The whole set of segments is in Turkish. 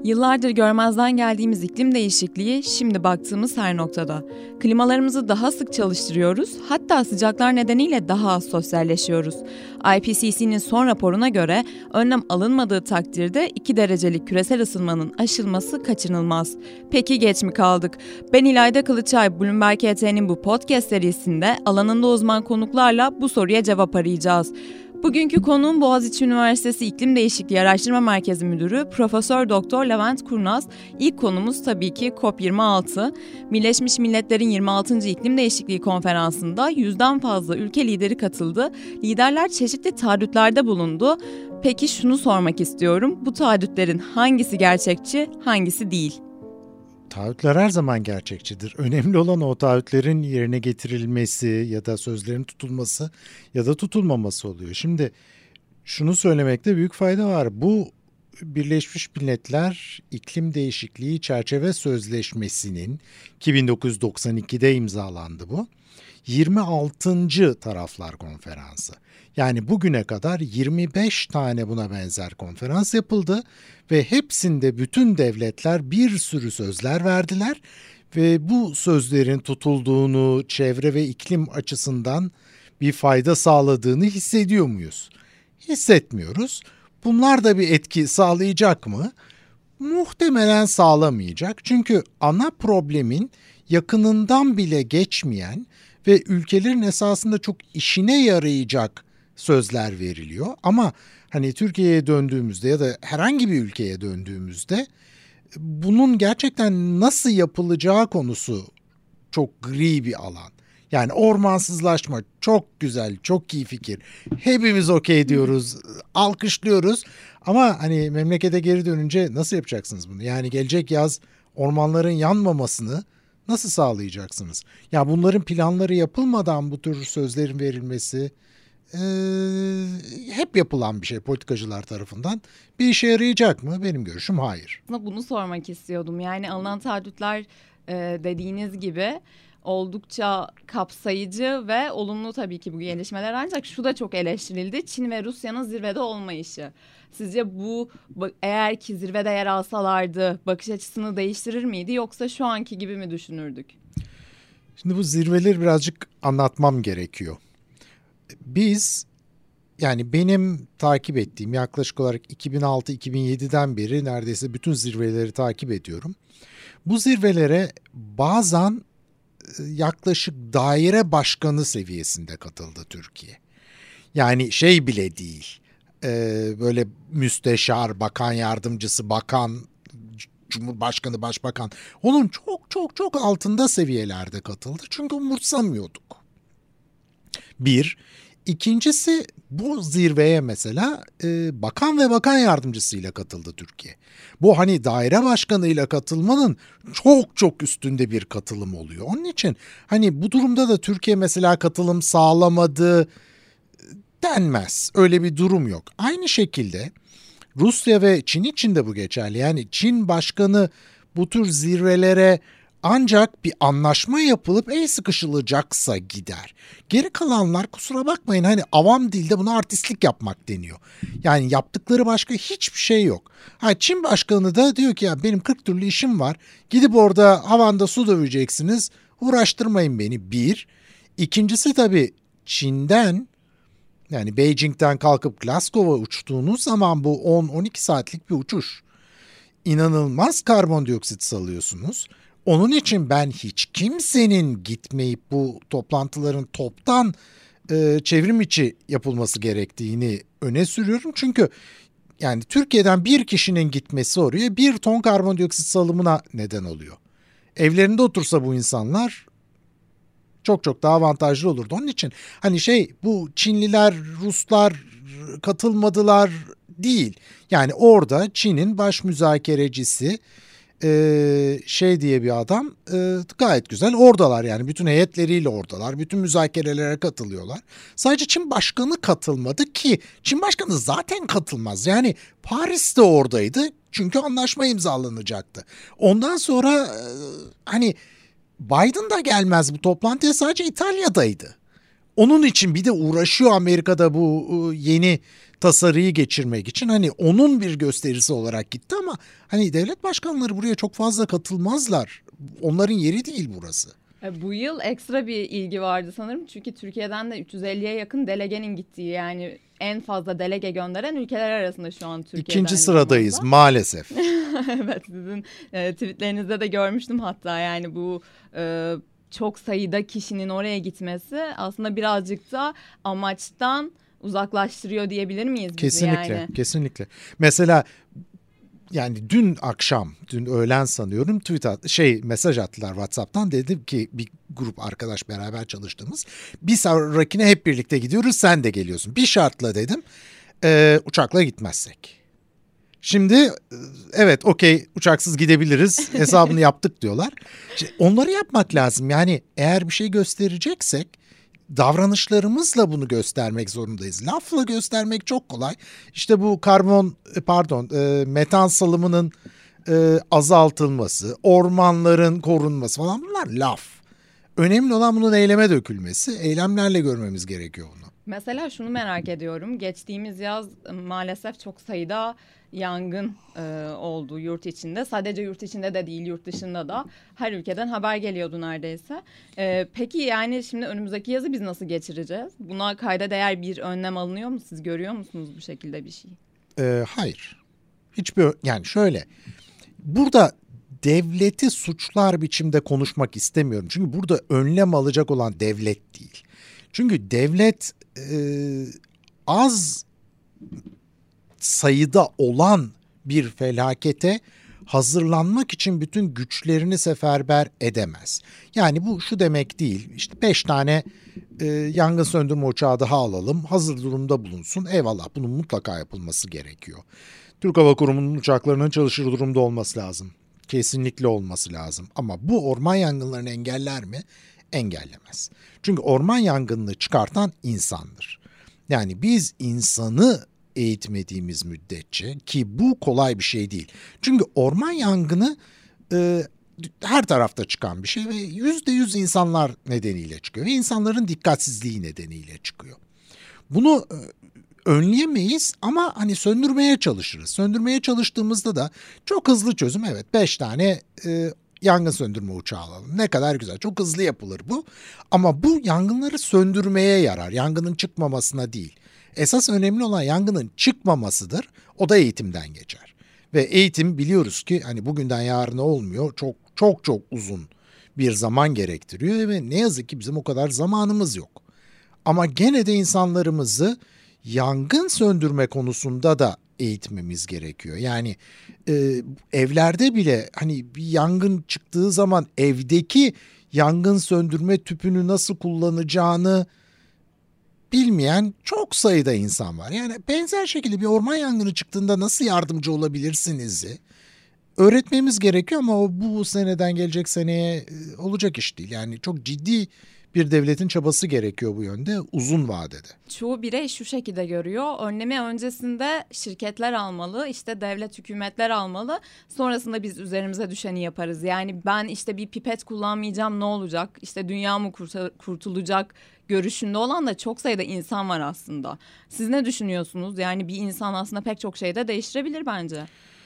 Yıllardır görmezden geldiğimiz iklim değişikliği şimdi baktığımız her noktada. Klimalarımızı daha sık çalıştırıyoruz, hatta sıcaklar nedeniyle daha az sosyalleşiyoruz. IPCC'nin son raporuna göre önlem alınmadığı takdirde 2 derecelik küresel ısınmanın aşılması kaçınılmaz. Peki geç mi kaldık? Ben İlayda Kılıçay, Bloomberg ET'nin bu podcast serisinde alanında uzman konuklarla bu soruya cevap arayacağız. Bugünkü konuğum Boğaziçi Üniversitesi İklim Değişikliği Araştırma Merkezi Müdürü Profesör Doktor Levent Kurnaz. İlk konumuz tabii ki COP26. Birleşmiş Milletler'in 26. İklim Değişikliği Konferansı'nda 100'den fazla ülke lideri katıldı. Liderler çeşitli taahhütlerde bulundu. Peki şunu sormak istiyorum. Bu taahhütlerin hangisi gerçekçi, hangisi değil? Taahhütler her zaman gerçekçidir. Önemli olan o taahhütlerin yerine getirilmesi ya da sözlerin tutulması ya da tutulmaması oluyor. Şimdi şunu söylemekte büyük fayda var. Bu Birleşmiş Milletler İklim Değişikliği Çerçeve Sözleşmesi'nin ki 1992'de imzalandı bu. 26. Taraflar Konferansı. Yani bugüne kadar 25 tane buna benzer konferans yapıldı ve hepsinde bütün devletler bir sürü sözler verdiler ve bu sözlerin tutulduğunu, çevre ve iklim açısından bir fayda sağladığını hissediyor muyuz? Hissetmiyoruz. Bunlar da bir etki sağlayacak mı? Muhtemelen sağlamayacak. Çünkü ana problemin yakınından bile geçmeyen ve ülkelerin esasında çok işine yarayacak sözler veriliyor. Ama hani Türkiye'ye döndüğümüzde ya da herhangi bir ülkeye döndüğümüzde bunun gerçekten nasıl yapılacağı konusu çok gri bir alan. Yani ormansızlaşma çok güzel, çok iyi fikir. Hepimiz okey diyoruz, alkışlıyoruz. Ama hani memlekete geri dönünce nasıl yapacaksınız bunu? Yani gelecek yaz ormanların yanmamasını nasıl sağlayacaksınız? Ya bunların planları yapılmadan bu tür sözlerin verilmesi hep yapılan bir şey politikacılar tarafından. Bir işe yarayacak mı? Benim görüşüm hayır. Bunu sormak istiyordum. Yani alınan taahhütler dediğiniz gibi oldukça kapsayıcı ve olumlu tabii ki bu gelişmeler, ancak şu da çok eleştirildi: Çin ve Rusya'nın zirvede olmayışı. Sizce bu, eğer ki zirvede yer alsalardı, bakış açısını değiştirir miydi, yoksa şu anki gibi mi düşünürdük? Şimdi bu zirveleri birazcık anlatmam gerekiyor. Biz, yani benim takip ettiğim, yaklaşık olarak 2006-2007'den beri neredeyse bütün zirveleri takip ediyorum. Bu zirvelere bazen yaklaşık daire başkanı seviyesinde katıldı Türkiye. Yani şey bile değil, böyle müsteşar, bakan yardımcısı, bakan, cumhurbaşkanı, başbakan, onun çok çok çok altında seviyelerde katıldı. Çünkü umursamıyorduk. Bir. İkincisi, bu zirveye mesela bakan ve bakan yardımcısıyla katıldı Türkiye. Bu hani daire başkanıyla katılmanın çok çok üstünde bir katılım oluyor. Onun için hani bu durumda da Türkiye mesela katılım sağlamadı denmez. Öyle bir durum yok. Aynı şekilde Rusya ve Çin için de bu geçerli. Yani Çin başkanı bu tür zirvelere ancak bir anlaşma yapılıp el sıkışılacaksa gider. Geri kalanlar, kusura bakmayın, hani avam dilde buna artistlik yapmak deniyor. Yani yaptıkları başka hiçbir şey yok. Çin başkanı da diyor ki ya benim 40 türlü işim var. Gidip orada havanda su döveceksiniz. Uğraştırmayın beni. Bir. İkincisi tabii Çin'den, yani Beijing'den kalkıp Glasgow'a uçtuğunuz zaman bu 10-12 saatlik bir uçuş. İnanılmaz karbondioksit salıyorsunuz. Onun için ben hiç kimsenin gitmeyip bu toplantıların toptan çevrim içi yapılması gerektiğini öne sürüyorum. Çünkü yani Türkiye'den bir kişinin gitmesi oraya 1 ton karbondioksit salımına neden oluyor. Evlerinde otursa bu insanlar çok çok daha avantajlı olurdu. Onun için hani bu Çinliler, Ruslar katılmadılar değil. Yani orada Çin'in baş müzakerecisi diye bir adam, gayet güzel oradalar, yani bütün heyetleriyle oradalar, bütün müzakerelere katılıyorlar. Sadece Çin başkanı katılmadı ki Çin başkanı zaten katılmaz. Yani Paris'te oradaydı çünkü anlaşma imzalanacaktı. Ondan sonra hani Biden da gelmez bu toplantıya, sadece İtalya'daydı. Onun için bir de uğraşıyor Amerika'da bu yeni tasarıyı geçirmek için. Hani onun bir gösterisi olarak gitti ama hani devlet başkanları buraya çok fazla katılmazlar. Onların yeri değil burası. Bu yıl ekstra bir ilgi vardı sanırım. Çünkü Türkiye'den de 350'ye yakın delegenin gittiği, yani en fazla delege gönderen ülkeler arasında şu an Türkiye'den. İkinci sıradayız maalesef. Evet, sizin tweetlerinizde de görmüştüm hatta, yani bu çok sayıda kişinin oraya gitmesi aslında birazcık da amaçtan uzaklaştırıyor diyebilir miyiz bizi? Kesinlikle, yani? Kesinlikle. Mesela yani dün öğlen sanıyorum mesaj attılar WhatsApp'tan. Dedim ki bir grup arkadaş beraber çalıştığımız, bir sonrakine hep birlikte gidiyoruz, sen de geliyorsun. Bir şartla dedim, uçakla gitmezsek. Şimdi evet okey, uçaksız gidebiliriz, hesabını yaptık diyorlar. İşte onları yapmak lazım. Yani eğer bir şey göstereceksek davranışlarımızla bunu göstermek zorundayız. Lafla göstermek çok kolay. İşte bu metan salımının azaltılması, ormanların korunması falan, bunlar laf. Önemli olan bunun eyleme dökülmesi. Eylemlerle görmemiz gerekiyor bunu. Mesela şunu merak ediyorum. Geçtiğimiz yaz maalesef çok sayıda yangın oldu yurt içinde. Sadece yurt içinde de değil, yurt dışında da her ülkeden haber geliyordu neredeyse. Peki yani şimdi önümüzdeki yazı biz nasıl geçireceğiz? Buna kayda değer bir önlem alınıyor mu? Siz görüyor musunuz bu şekilde bir şey? Hayır. Yani şöyle. Burada devleti suçlar biçimde konuşmak istemiyorum. Çünkü burada önlem alacak olan devlet değil. Çünkü devlet az sayıda olan bir felakete hazırlanmak için bütün güçlerini seferber edemez. Yani bu şu demek değil, işte 5 tane yangın söndürme uçağı daha alalım, hazır durumda bulunsun. Eyvallah, bunun mutlaka yapılması gerekiyor. Türk Hava Kurumu'nun uçaklarının çalışır durumda olması lazım. Kesinlikle olması lazım. Ama bu orman yangınlarını engeller mi? Engellemez. Çünkü orman yangınını çıkartan insandır. Yani biz insanı eğitmediğimiz müddetçe, ki bu kolay bir şey değil. Çünkü orman yangını her tarafta çıkan bir şey ve %100 insanlar nedeniyle çıkıyor. Ve insanların dikkatsizliği nedeniyle çıkıyor. Bunu önleyemeyiz ama hani söndürmeye çalışırız. Söndürmeye çalıştığımızda da çok hızlı çözüm. Evet, 5 tane yangın söndürme uçağı alalım. Ne kadar güzel, çok hızlı yapılır bu. Ama bu yangınları söndürmeye yarar. Yangının çıkmamasına değil. Esas önemli olan yangının çıkmamasıdır. O da eğitimden geçer. Ve eğitim biliyoruz ki hani bugünden yarına olmuyor. Çok uzun bir zaman gerektiriyor ve ne yazık ki bizim o kadar zamanımız yok. Ama gene de insanlarımızı yangın söndürme konusunda da eğitmemiz gerekiyor. Yani evlerde bile hani bir yangın çıktığı zaman evdeki yangın söndürme tüpünü nasıl kullanacağını bilmeyen çok sayıda insan var. Yani benzer şekilde bir orman yangını çıktığında nasıl yardımcı olabilirsiniz öğretmemiz gerekiyor ama o bu seneden gelecek seneye olacak iş değil. Yani çok ciddi bir devletin çabası gerekiyor bu yönde uzun vadede. Çoğu birey şu şekilde görüyor. Önlemi öncesinde şirketler almalı, işte devlet, hükümetler almalı. Sonrasında biz üzerimize düşeni yaparız. Yani ben işte bir pipet kullanmayacağım, ne olacak? İşte dünya mı kurtulacak görüşünde olan da çok sayıda insan var aslında. Siz ne düşünüyorsunuz? Yani bir insan aslında pek çok şeyi de değiştirebilir bence.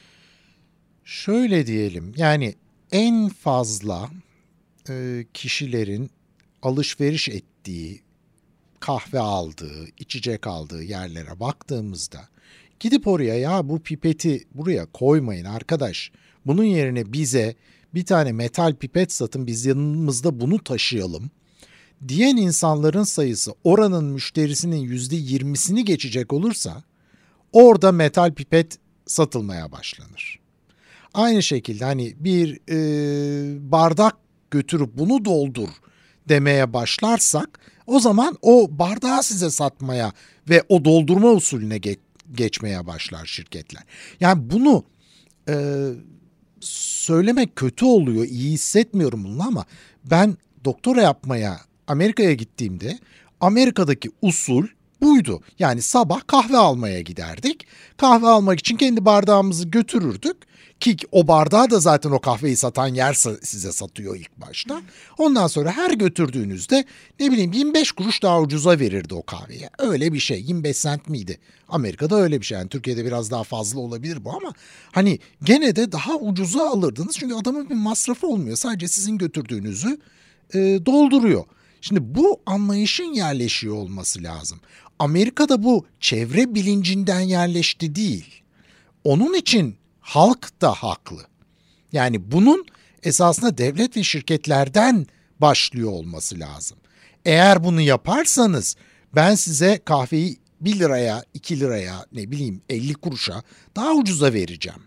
Şöyle diyelim, yani en fazla kişilerin alışveriş ettiği, kahve aldığı, içecek aldığı yerlere baktığımızda gidip oraya ya bu pipeti buraya koymayın arkadaş, bunun yerine bize bir tane metal pipet satın, biz yanımızda bunu taşıyalım diyen insanların sayısı oranın müşterisinin %20'sini geçecek olursa orada metal pipet satılmaya başlanır. Aynı şekilde hani bir bardak götürüp bunu doldur demeye başlarsak o zaman o bardağı size satmaya ve o doldurma usulüne geçmeye başlar şirketler. Yani bunu söylemek kötü oluyor, iyi hissetmiyorum bununla ama ben doktora yapmaya Amerika'ya gittiğimde Amerika'daki usul buydu. Yani sabah kahve almaya giderdik. Kahve almak için kendi bardağımızı götürürdük. Ki o bardağı da zaten o kahveyi satan yer size satıyor ilk başta. Ondan sonra her götürdüğünüzde ne bileyim 25 kuruş daha ucuza verirdi o kahveyi. Öyle bir şey, 25 sent miydi? Amerika'da öyle bir şey. Yani Türkiye'de biraz daha fazla olabilir bu ama hani gene de daha ucuza alırdınız. Çünkü adamın bir masrafı olmuyor. Sadece sizin götürdüğünüzü dolduruyor. Şimdi bu anlayışın yerleşiyor olması lazım. Amerika'da bu çevre bilincinden yerleşti değil. Onun için halk da haklı. Yani bunun esasında devlet ve şirketlerden başlıyor olması lazım. Eğer bunu yaparsanız ben size kahveyi 1 liraya, 2 liraya, ne bileyim 50 kuruşa daha ucuza vereceğim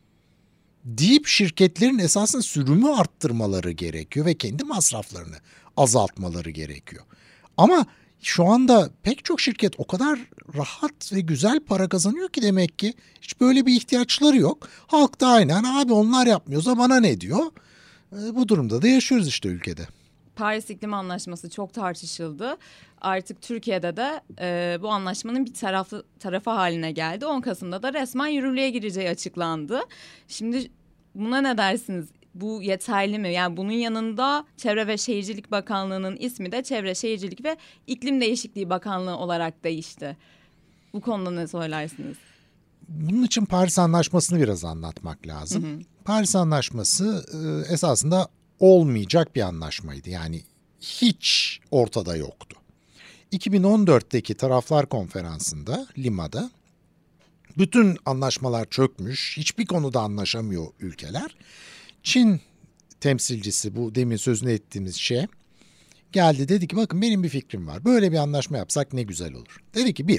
deyip şirketlerin esasında sürümü arttırmaları gerekiyor ve kendi masraflarını azaltmaları gerekiyor. Ama şu anda pek çok şirket o kadar rahat ve güzel para kazanıyor ki demek ki hiç böyle bir ihtiyaçları yok. Halk da aynen abi onlar yapmıyorsa bana ne diyor. Bu durumda da yaşıyoruz işte ülkede. Paris İklim Anlaşması çok tartışıldı. Artık Türkiye'de de bu anlaşmanın bir tarafı haline geldi. 10 Kasım'da da resmen yürürlüğe gireceği açıklandı. Şimdi buna ne dersiniz? Bu yeterli mi? Yani bunun yanında Çevre ve Şehircilik Bakanlığı'nın ismi de Çevre, Şehircilik ve İklim Değişikliği Bakanlığı olarak değişti. Bu konuda ne söylersiniz? Bunun için Paris Anlaşması'nı biraz anlatmak lazım. Hı hı. Paris Anlaşması esasında olmayacak bir anlaşmaydı. Yani hiç ortada yoktu. 2014'teki Taraflar Konferansı'nda Lima'da bütün anlaşmalar çökmüş, hiçbir konuda anlaşamıyor ülkeler. Çin temsilcisi, bu demin sözünü ettiğimiz şey, geldi dedi ki bakın benim bir fikrim var. Böyle bir anlaşma yapsak ne güzel olur. Dedi ki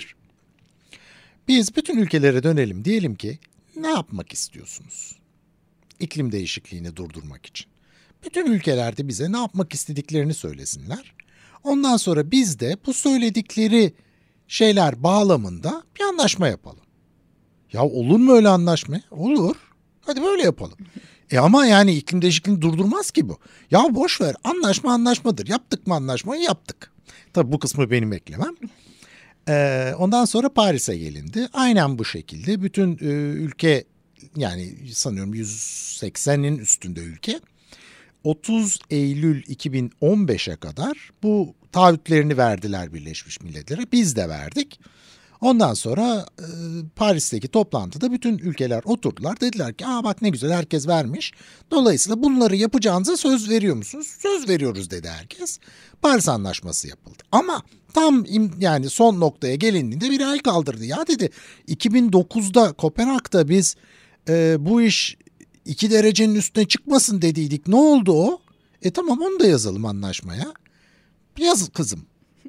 biz bütün ülkelere dönelim, diyelim ki ne yapmak istiyorsunuz? İklim değişikliğini durdurmak için. Bütün ülkelerde bize ne yapmak istediklerini söylesinler. Ondan sonra biz de bu söyledikleri şeyler bağlamında bir anlaşma yapalım. Ya olur mu öyle anlaşma? Olur. Hadi böyle yapalım. Ama yani iklim değişikliğini durdurmaz ki bu. Ya boş ver, anlaşma anlaşmadır. Yaptık mı anlaşmayı? Yaptık. Tabii bu kısmı benim eklemem. Ondan sonra Paris'e gelindi. Aynen bu şekilde bütün ülke, yani sanıyorum 180'in üstünde ülke 30 Eylül 2015'e kadar bu taahhütlerini verdiler Birleşmiş Milletler'e. Biz de verdik. Ondan sonra Paris'teki toplantıda bütün ülkeler oturdular. Dediler ki bak ne güzel herkes vermiş. Dolayısıyla bunları yapacağınıza söz veriyor musunuz? Söz veriyoruz dedi herkes. Paris Anlaşması yapıldı. Ama tam yani son noktaya gelindiğinde bir el kaldırdı. Ya dedi 2009'da Kopenhag'da biz bu iş 2 derecenin üstüne çıkmasın dediydik. Ne oldu o? Tamam onu da yazalım anlaşmaya. Yaz kızım.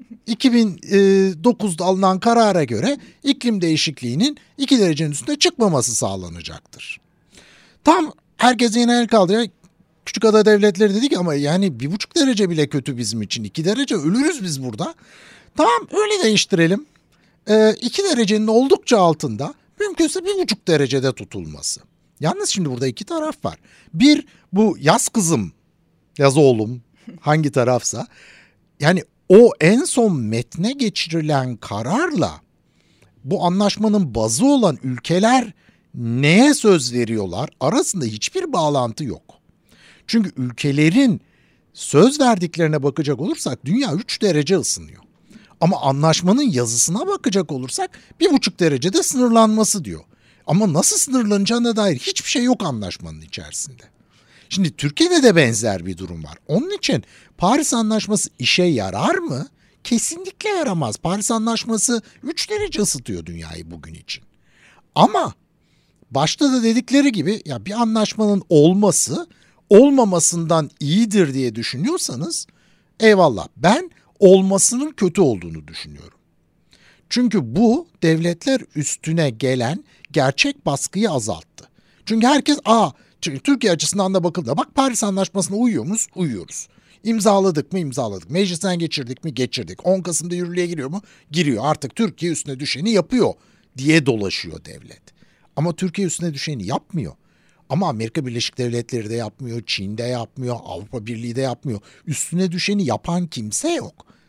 2009'da alınan karara göre iklim değişikliğinin 2 derecenin üstüne çıkmaması sağlanacaktır. Tam herkes yine el kaldırıyor. Küçük ada devletleri dedik ama yani 1,5 derece bile kötü bizim için. 2 derece ölürüz biz burada. Tamam öyle değiştirelim. 2 derecenin oldukça altında, mümkünse 1,5 derecede tutulması. Yalnız şimdi burada iki taraf var. Bir, bu yaz kızım, yaz oğlum hangi tarafsa, yani o en son metne geçirilen kararla bu anlaşmanın bazı olan ülkeler neye söz veriyorlar arasında hiçbir bağlantı yok. Çünkü ülkelerin söz verdiklerine bakacak olursak dünya 3 derece ısınıyor. Ama anlaşmanın yazısına bakacak olursak 1,5 derecede sınırlanması diyor. Ama nasıl sınırlanacağına dair hiçbir şey yok anlaşmanın içerisinde. Şimdi Türkiye'de de benzer bir durum var. Onun için Paris Anlaşması işe yarar mı? Kesinlikle yaramaz. Paris Anlaşması 3 derece ısıtıyor dünyayı bugün için. Ama başta da dedikleri gibi ya bir anlaşmanın olması olmamasından iyidir diye düşünüyorsanız eyvallah, ben olmasının kötü olduğunu düşünüyorum. Çünkü bu devletler üstüne gelen gerçek baskıyı azalttı. Çünkü herkes Türkiye açısından da bakıldı. Bak Paris Anlaşması'na uyuyor muyuz? Uyuyoruz. İmzaladık mı? İmzaladık. Meclisten geçirdik mi? Geçirdik. 10 Kasım'da yürürlüğe giriyor mu? Giriyor. Artık Türkiye üstüne düşeni yapıyor diye dolaşıyor devlet. Ama Türkiye üstüne düşeni yapmıyor. Ama Amerika Birleşik Devletleri de yapmıyor, Çin de yapmıyor, Avrupa Birliği de yapmıyor. Üstüne düşeni yapan kimse yok.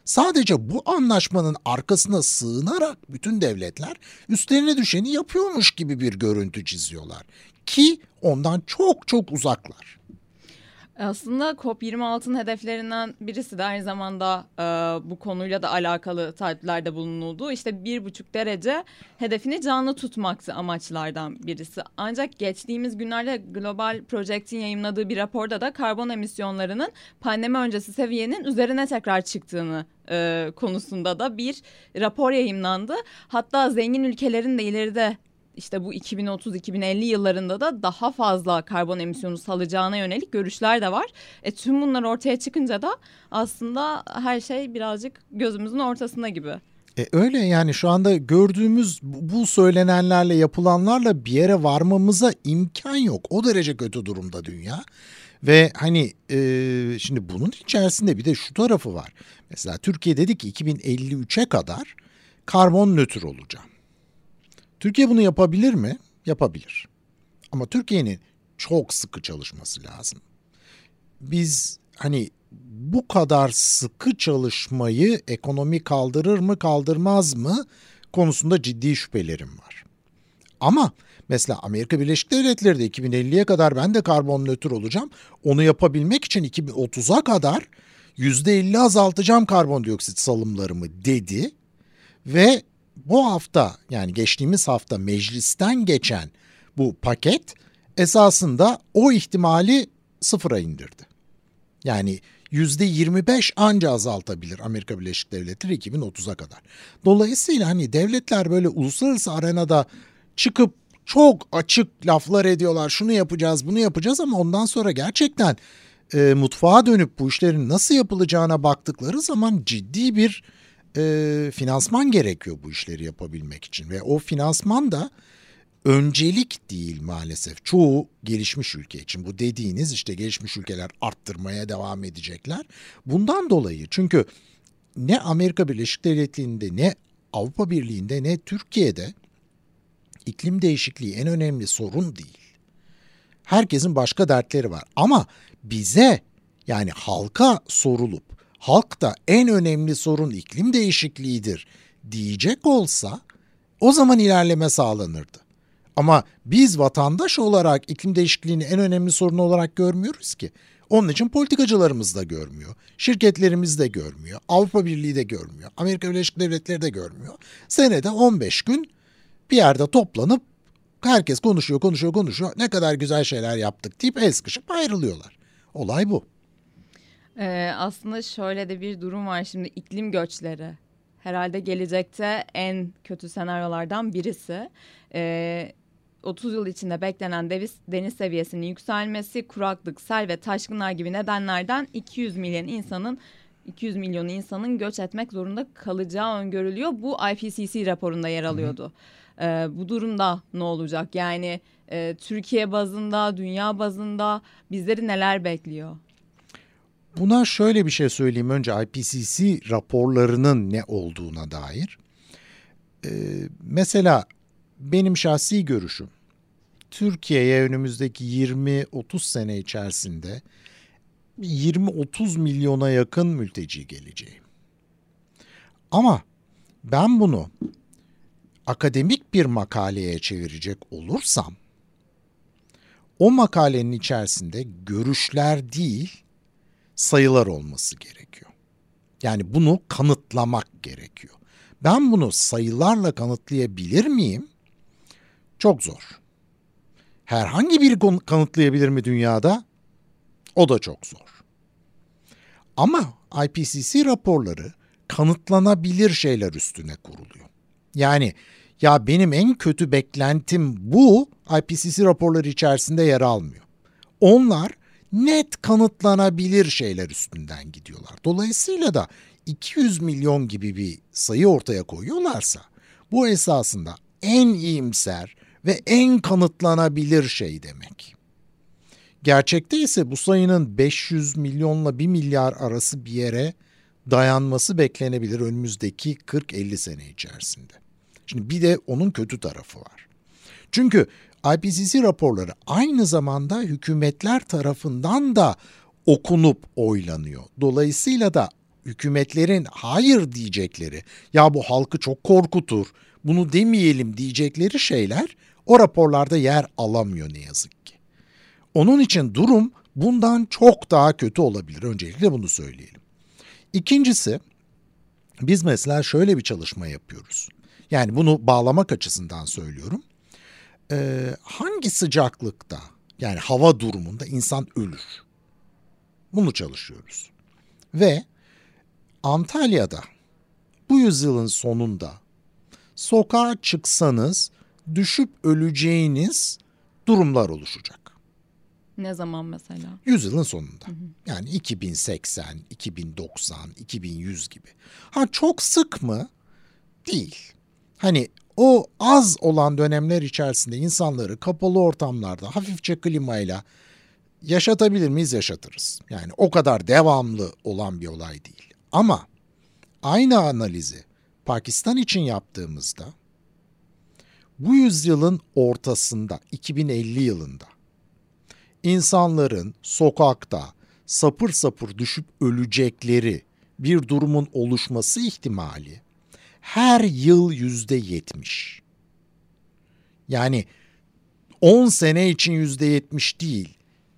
Sadece bu anlaşmanın arkasına sığınarak bütün devletler üstlerine düşeni yapıyormuş gibi bir görüntü çiziyorlar. Ki ondan çok çok uzaklar. Aslında COP26'nın hedeflerinden birisi de aynı zamanda bu konuyla da alakalı taahhütlerde bulunuldu. İşte 1,5 derece hedefini canlı tutmaktı amaçlardan birisi. Ancak geçtiğimiz günlerde Global Project'in yayımladığı bir raporda da karbon emisyonlarının pandemi öncesi seviyenin üzerine tekrar çıktığını konusunda da bir rapor yayımlandı. Hatta zengin ülkelerin de ileride İşte bu 2030-2050 yıllarında da daha fazla karbon emisyonu salacağına yönelik görüşler de var. Tüm bunlar ortaya çıkınca da aslında her şey birazcık gözümüzün ortasında gibi. Öyle yani şu anda gördüğümüz bu söylenenlerle yapılanlarla bir yere varmamıza imkan yok. O derece kötü durumda dünya. Ve hani şimdi bunun içerisinde bir de şu tarafı var. Mesela Türkiye dedi ki 2053'e kadar karbon nötr olacağım. Türkiye bunu yapabilir mi? Yapabilir. Ama Türkiye'nin çok sıkı çalışması lazım. Biz hani bu kadar sıkı çalışmayı ekonomi kaldırır mı kaldırmaz mı konusunda ciddi şüphelerim var. Ama mesela Amerika Birleşik Devletleri de 2050'ye kadar ben de karbon nötr olacağım. Onu yapabilmek için 2030'a kadar %50 azaltacağım karbondioksit salımlarımı dedi ve bu hafta yani geçtiğimiz hafta meclisten geçen bu paket esasında o ihtimali sıfıra indirdi. Yani %25 anca azaltabilir Amerika Birleşik Devletleri 2030'a kadar. Dolayısıyla hani devletler böyle uluslararası arenada çıkıp çok açık laflar ediyorlar. Şunu yapacağız, bunu yapacağız ama ondan sonra gerçekten mutfağa dönüp bu işlerin nasıl yapılacağına baktıkları zaman ciddi bir finansman gerekiyor bu işleri yapabilmek için. Ve o finansman da öncelik değil maalesef çoğu gelişmiş ülke için. Bu dediğiniz işte gelişmiş ülkeler arttırmaya devam edecekler. Bundan dolayı çünkü ne Amerika Birleşik Devletleri'nde ne Avrupa Birliği'nde ne Türkiye'de iklim değişikliği en önemli sorun değil. Herkesin başka dertleri var ama bize yani halka sorulup halk da en önemli sorun iklim değişikliğidir diyecek olsa o zaman ilerleme sağlanırdı. Ama biz vatandaş olarak iklim değişikliğini en önemli sorun olarak görmüyoruz ki. Onun için politikacılarımız da görmüyor, şirketlerimiz de görmüyor, Avrupa Birliği de görmüyor, Amerika Birleşik Devletleri de görmüyor. Senede 15 gün bir yerde toplanıp herkes konuşuyor, ne kadar güzel şeyler yaptık deyip el sıkışıp ayrılıyorlar. Olay bu. Aslında şöyle de bir durum var şimdi iklim göçleri. Herhalde gelecekte en kötü senaryolardan birisi. 30 yıl içinde beklenen deniz seviyesinin yükselmesi, kuraklık, sel ve taşkınlar gibi nedenlerden 200 milyon insanın göç etmek zorunda kalacağı öngörülüyor. Bu IPCC raporunda yer alıyordu. Bu durumda ne olacak? Yani Türkiye bazında, dünya bazında bizleri neler bekliyor? Buna şöyle bir şey söyleyeyim önce IPCC raporlarının ne olduğuna dair. Mesela benim şahsi görüşüm Türkiye'ye önümüzdeki 20-30 sene içerisinde 20-30 milyona yakın mülteci geleceği. Ama ben bunu akademik bir makaleye çevirecek olursam o makalenin içerisinde görüşler değil sayılar olması gerekiyor. Yani bunu kanıtlamak gerekiyor. Ben bunu sayılarla kanıtlayabilir miyim? Çok zor. Herhangi biri kanıtlayabilir mi dünyada? O da çok zor. Ama IPCC raporları kanıtlanabilir şeyler üstüne kuruluyor. Yani ya benim en kötü beklentim bu IPCC raporları içerisinde yer almıyor. Onlar net kanıtlanabilir şeyler üstünden gidiyorlar. Dolayısıyla da 200 milyon gibi bir sayı ortaya koyuyorlarsa bu esasında en iyimser ve en kanıtlanabilir şey demek. Gerçekte ise bu sayının 500 milyonla 1 milyar arası bir yere dayanması beklenebilir önümüzdeki 40-50 sene içerisinde. Şimdi bir de onun kötü tarafı var. Çünkü IPCC raporları aynı zamanda hükümetler tarafından da okunup oylanıyor. Dolayısıyla da hükümetlerin hayır diyecekleri, ya bu halkı çok korkutur, bunu demeyelim diyecekleri şeyler o raporlarda yer alamıyor ne yazık ki. Onun için durum bundan çok daha kötü olabilir. Öncelikle bunu söyleyelim. İkincisi, biz mesela şöyle bir çalışma yapıyoruz. Yani bunu bağlamak açısından söylüyorum. Hangi sıcaklıkta, yani hava durumunda insan ölür? Bunu çalışıyoruz. Ve Antalya'da bu yüzyılın sonunda sokağa çıksanız düşüp öleceğiniz durumlar oluşacak. Ne zaman mesela? Yüzyılın sonunda. Yani 2080, 2090, 2100 gibi. Ha çok sık mı? Değil. Hani o az olan dönemler içerisinde insanları kapalı ortamlarda hafifçe klimayla yaşatabilir miyiz? Yaşatırız. Yani o kadar devamlı olan bir olay değil. Ama aynı analizi Pakistan için yaptığımızda bu yüzyılın ortasında 2050 yılında insanların sokakta sapır sapır düşüp ölecekleri bir durumun oluşması ihtimali her yıl %70. Yani 10 sene için %70 değil,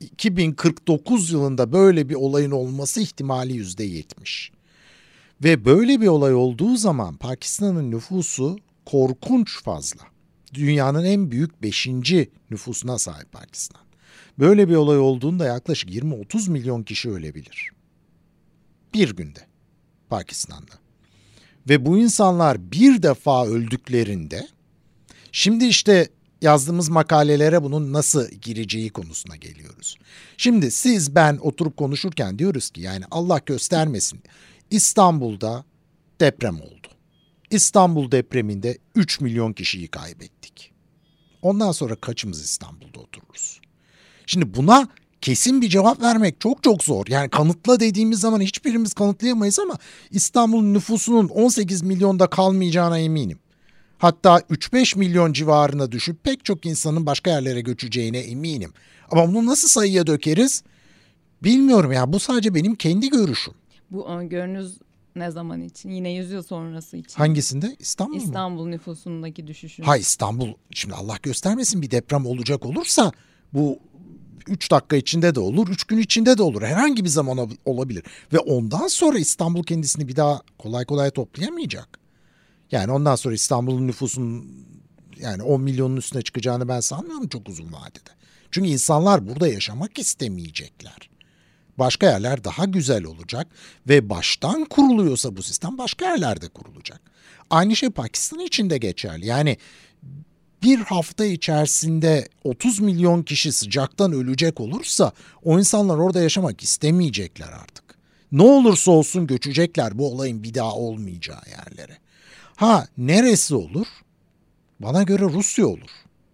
2049 yılında böyle bir olayın olması ihtimali %70. Ve böyle bir olay olduğu zaman Pakistan'ın nüfusu korkunç fazla. Dünyanın en büyük 5. nüfusuna sahip Pakistan. Böyle bir olay olduğunda yaklaşık 20-30 milyon kişi ölebilir. Bir günde Pakistan'da. Ve bu insanlar bir defa öldüklerinde, şimdi işte yazdığımız makalelere bunun nasıl gireceği konusuna geliyoruz. Şimdi siz ben oturup konuşurken diyoruz ki yani Allah göstermesin İstanbul'da deprem oldu. İstanbul depreminde 3 milyon kişiyi kaybettik. Ondan sonra kaçımız İstanbul'da otururuz? Şimdi buna kesin bir cevap vermek çok çok zor. Yani kanıtla dediğimiz zaman hiçbirimiz kanıtlayamayız ama İstanbul'un nüfusunun 18 milyonda kalmayacağına eminim. Hatta 3-5 milyon civarına düşüp pek çok insanın başka yerlere göçeceğine eminim. Ama bunu nasıl sayıya dökeriz? Bilmiyorum ya, bu sadece benim kendi görüşüm. Bu öngörünüz ne zaman için? Yine 100 yıl sonrası için. Hangisinde? İstanbul mu? İstanbul nüfusundaki düşüşün. Ha İstanbul, şimdi Allah göstermesin bir deprem olacak olursa bu 3 dakika içinde de olur, 3 gün içinde de olur. Herhangi bir zaman olabilir. Ve ondan sonra İstanbul kendisini bir daha kolay kolay toplayamayacak. Yani ondan sonra İstanbul'un nüfusunun yani 10 milyonun üstüne çıkacağını ben sanmıyorum çok uzun vadede. Çünkü insanlar burada yaşamak istemeyecekler. Başka yerler daha güzel olacak ve baştan kuruluyorsa bu sistem başka yerlerde kurulacak. Aynı şey Pakistan için de geçerli. Yani bir hafta içerisinde 30 milyon kişi sıcaktan ölecek olursa o insanlar orada yaşamak istemeyecekler artık. Ne olursa olsun göçecekler bu olayın bir daha olmayacağı yerlere. Ha neresi olur? Bana göre Rusya olur.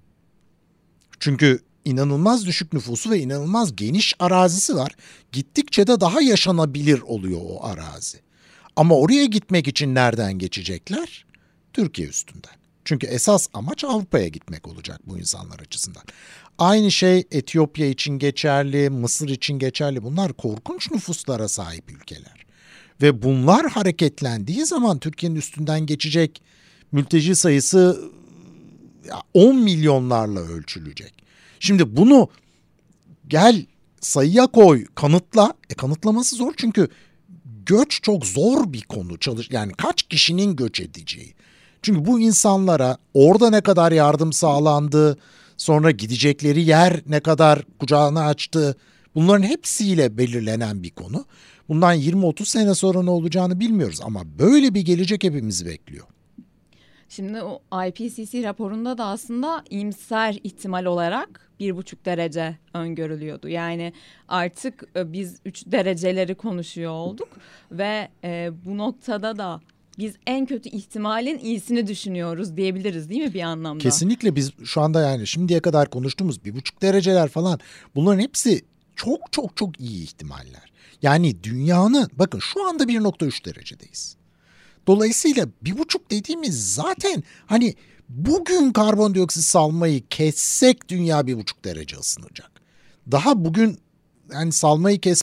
Çünkü inanılmaz düşük nüfusu ve inanılmaz geniş arazisi var. Gittikçe de daha yaşanabilir oluyor o arazi. Ama oraya gitmek için nereden geçecekler? Türkiye üstünden. Çünkü esas amaç Avrupa'ya gitmek olacak bu insanlar açısından. Aynı şey Etiyopya için geçerli, Mısır için geçerli. Bunlar korkunç nüfuslara sahip ülkeler. Ve bunlar hareketlendiği zaman Türkiye'nin üstünden geçecek mülteci sayısı 10 milyonlarla ölçülecek. Şimdi bunu gel sayıya koy, kanıtla. Kanıtlaması zor çünkü göç çok zor bir konu. Yani kaç kişinin göç edeceği. Çünkü bu insanlara orada ne kadar yardım sağlandı, sonra gidecekleri yer ne kadar kucağını açtı, bunların hepsiyle belirlenen bir konu. Bundan 20-30 sene sonra ne olacağını bilmiyoruz ama böyle bir gelecek hepimizi bekliyor. Şimdi o IPCC raporunda da aslında iyimser ihtimal olarak 1,5 derece öngörülüyordu. Yani artık biz 3 dereceleri konuşuyor olduk ve bu noktada da biz en kötü ihtimalin iyisini düşünüyoruz diyebiliriz değil mi bir anlamda? Kesinlikle biz şu anda yani şimdiye kadar konuştuğumuz 1,5 dereceler falan bunların hepsi çok çok çok iyi ihtimaller. Yani dünyanın bakın şu anda 1,3 derecedeyiz. Dolayısıyla 1,5 dediğimiz zaten hani bugün karbondioksit salmayı kessek dünya 1,5 derece ısınacak. Daha bugün yani salmayı kesmek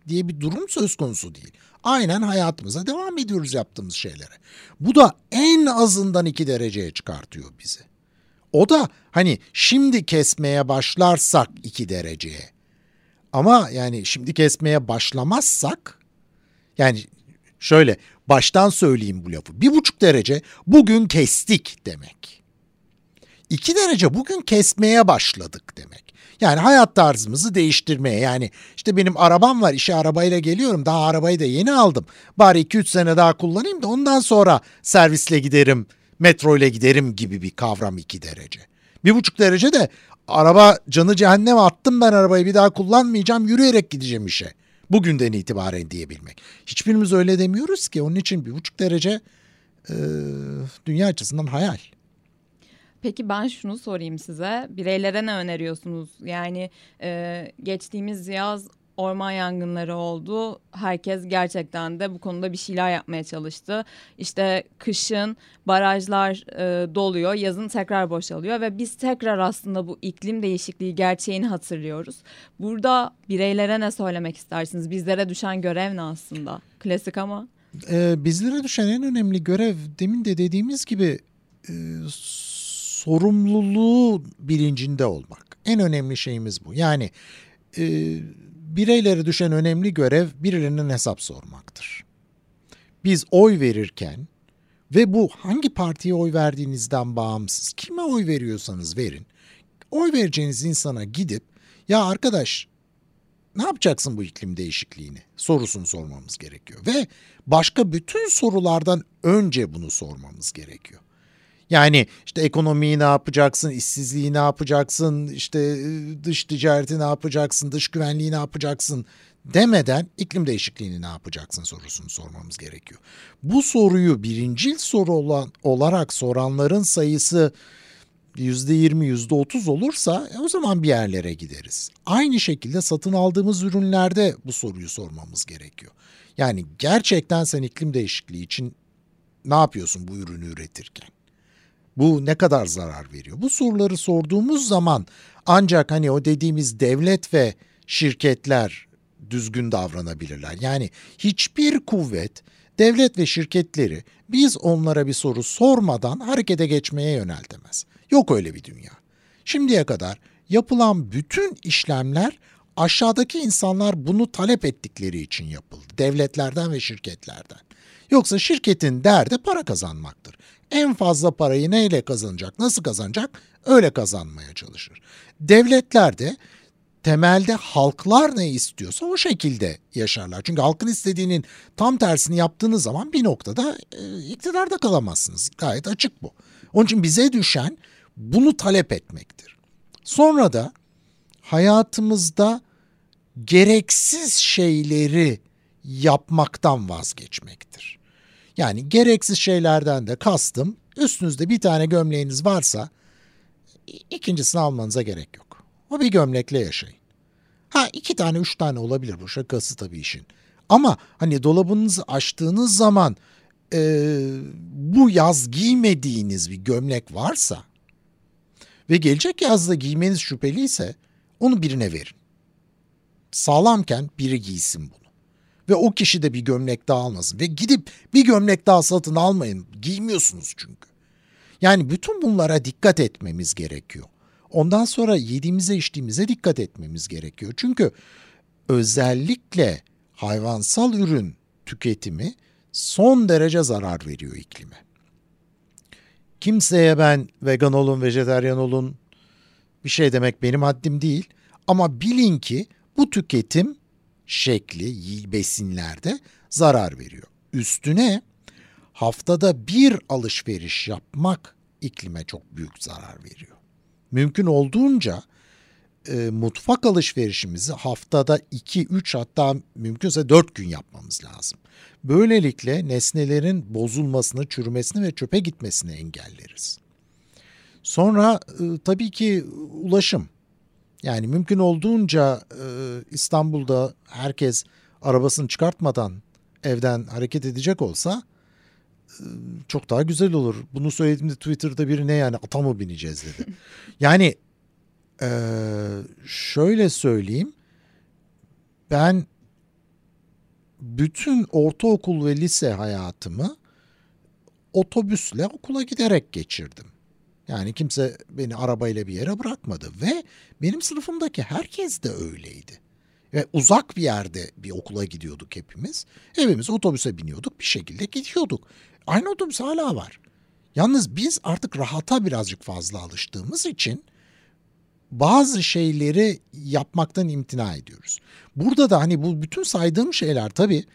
diye bir durum söz konusu değil. Aynen hayatımıza devam ediyoruz yaptığımız şeylere. Bu da en azından 2 dereceye çıkartıyor bizi. O da hani şimdi kesmeye başlarsak 2 dereceye. Ama yani şimdi kesmeye başlamazsak, yani şöyle baştan söyleyeyim bu lafı. 1,5 derece bugün kestik demek. 2 derece bugün kesmeye başladık demek. Yani hayat tarzımızı değiştirmeye, yani işte benim arabam var, işe arabayla geliyorum, daha arabayı da yeni aldım. Bari 2-3 sene daha kullanayım da ondan sonra servisle giderim, metro ile giderim gibi bir kavram 2 derece. 1,5 derece de araba canı cehenneme, attım ben arabayı, bir daha kullanmayacağım, yürüyerek gideceğim işe. Bugünden itibaren diyebilmek. Hiçbirimiz öyle demiyoruz ki, onun için 1,5 derece dünya açısından hayal. Peki ben şunu sorayım size. Bireylere ne öneriyorsunuz? Yani geçtiğimiz yaz orman yangınları oldu. Herkes gerçekten de bu konuda bir şeyler yapmaya çalıştı. İşte kışın barajlar doluyor, yazın tekrar boşalıyor ve biz tekrar aslında bu iklim değişikliği gerçeğini hatırlıyoruz. Burada bireylere ne söylemek istersiniz? Bizlere düşen görev ne aslında? Klasik ama. Bizlere düşen en önemli görev, demin de dediğimiz gibi, sorumluluğu bilincinde olmak. En önemli şeyimiz bu. Yani bireylere düşen önemli görev birilerinin hesap sormaktır. Biz oy verirken ve bu hangi partiye oy verdiğinizden bağımsız, kime oy veriyorsanız verin, oy vereceğiniz insana gidip ya arkadaş ne yapacaksın bu iklim değişikliğini sorusunu sormamız gerekiyor. Ve başka bütün sorulardan önce bunu sormamız gerekiyor. Yani işte ekonomiyi ne yapacaksın, işsizliği ne yapacaksın, işte dış ticareti ne yapacaksın, dış güvenliği ne yapacaksın demeden iklim değişikliğini ne yapacaksın sorusunu sormamız gerekiyor. Bu soruyu birincil soru olarak soranların sayısı %20, %30 olursa o zaman bir yerlere gideriz. Aynı şekilde satın aldığımız ürünlerde bu soruyu sormamız gerekiyor. Yani gerçekten sen iklim değişikliği için ne yapıyorsun bu ürünü üretirken? Bu ne kadar zarar veriyor? Bu soruları sorduğumuz zaman ancak hani o dediğimiz devlet ve şirketler düzgün davranabilirler. Yani hiçbir kuvvet devlet ve şirketleri biz onlara bir soru sormadan harekete geçmeye yöneltemez. Yok öyle bir dünya. Şimdiye kadar yapılan bütün işlemler aşağıdaki insanlar bunu talep ettikleri için yapıldı. Devletlerden ve şirketlerden. Yoksa şirketin derdi para kazanmaktır. En fazla parayı neyle kazanacak, nasıl kazanacak öyle kazanmaya çalışır. Devletler de temelde halklar ne istiyorsa o şekilde yaşarlar. Çünkü halkın istediğinin tam tersini yaptığınız zaman bir noktada iktidarda kalamazsınız. Gayet açık bu. Onun için bize düşen bunu talep etmektir. Sonra da hayatımızda gereksiz şeyleri yapmaktan vazgeçmektir. Yani gereksiz şeylerden de kastım, üstünüzde bir tane gömleğiniz varsa ikincisini almanıza gerek yok. O bir gömlekle yaşayın. 2 tane 3 tane olabilir, bu şakası tabii işin. Ama hani dolabınızı açtığınız zaman bu yaz giymediğiniz bir gömlek varsa ve gelecek yazda giymeniz şüpheliyse onu birine verin. Sağlamken biri giysin bunu. Ve o kişi de bir gömlek daha almasın. Ve gidip bir gömlek daha satın almayın. Giymiyorsunuz çünkü. Yani bütün bunlara dikkat etmemiz gerekiyor. Ondan sonra yediğimize içtiğimize dikkat etmemiz gerekiyor. Çünkü özellikle hayvansal ürün tüketimi son derece zarar veriyor iklime. Kimseye ben vegan olun, vejetaryen olun bir şey demek benim haddim değil. Ama bilin ki bu tüketim şekli besinlerde zarar veriyor. Üstüne haftada bir alışveriş yapmak iklime çok büyük zarar veriyor. Mümkün olduğunca mutfak alışverişimizi haftada 2-3 hatta mümkünse 4 gün yapmamız lazım. Böylelikle nesnelerin bozulmasını, çürümesini ve çöpe gitmesini engelleriz. Sonra tabii ki ulaşım. Yani mümkün olduğunca İstanbul'da herkes arabasını çıkartmadan evden hareket edecek olsa çok daha güzel olur. Bunu söylediğimde Twitter'da biri ne yani ata mı bineceğiz dedi. Yani şöyle söyleyeyim, ben bütün ortaokul ve lise hayatımı otobüsle okula giderek geçirdim. Yani kimse beni arabayla bir yere bırakmadı ve benim sınıfımdaki herkes de öyleydi. Ve uzak bir yerde bir okula gidiyorduk hepimiz. Evimize otobüse biniyorduk, bir şekilde gidiyorduk. Aynı otobüs hala var. Yalnız biz artık rahata birazcık fazla alıştığımız için bazı şeyleri yapmaktan imtina ediyoruz. Burada da hani bu bütün saydığım şeyler tabii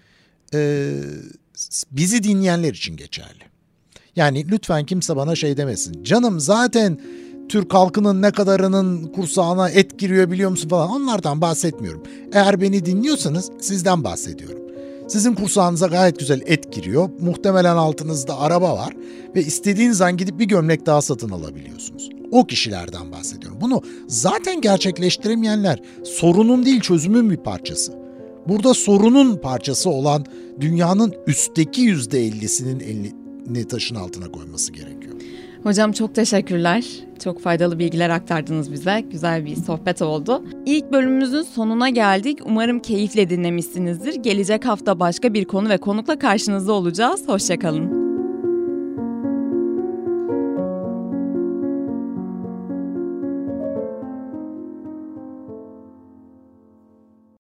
bizi dinleyenler için geçerli. Yani lütfen kimse bana şey demesin. Canım zaten Türk halkının ne kadarının kursağına et giriyor biliyor musun falan, onlardan bahsetmiyorum. Eğer beni dinliyorsanız sizden bahsediyorum. Sizin kursağınıza gayet güzel et giriyor. Muhtemelen altınızda araba var ve istediğiniz an gidip bir gömlek daha satın alabiliyorsunuz. O kişilerden bahsediyorum. Bunu zaten gerçekleştiremeyenler sorunun değil çözümün bir parçası. Burada sorunun parçası olan dünyanın üstteki %50'sinin elini taşın altına koyması gerekiyor. Hocam çok teşekkürler. Çok faydalı bilgiler aktardınız bize. Güzel bir sohbet oldu. İlk bölümümüzün sonuna geldik. Umarım keyifle dinlemişsinizdir. Gelecek hafta başka bir konu ve konukla karşınızda olacağız. Hoşça kalın.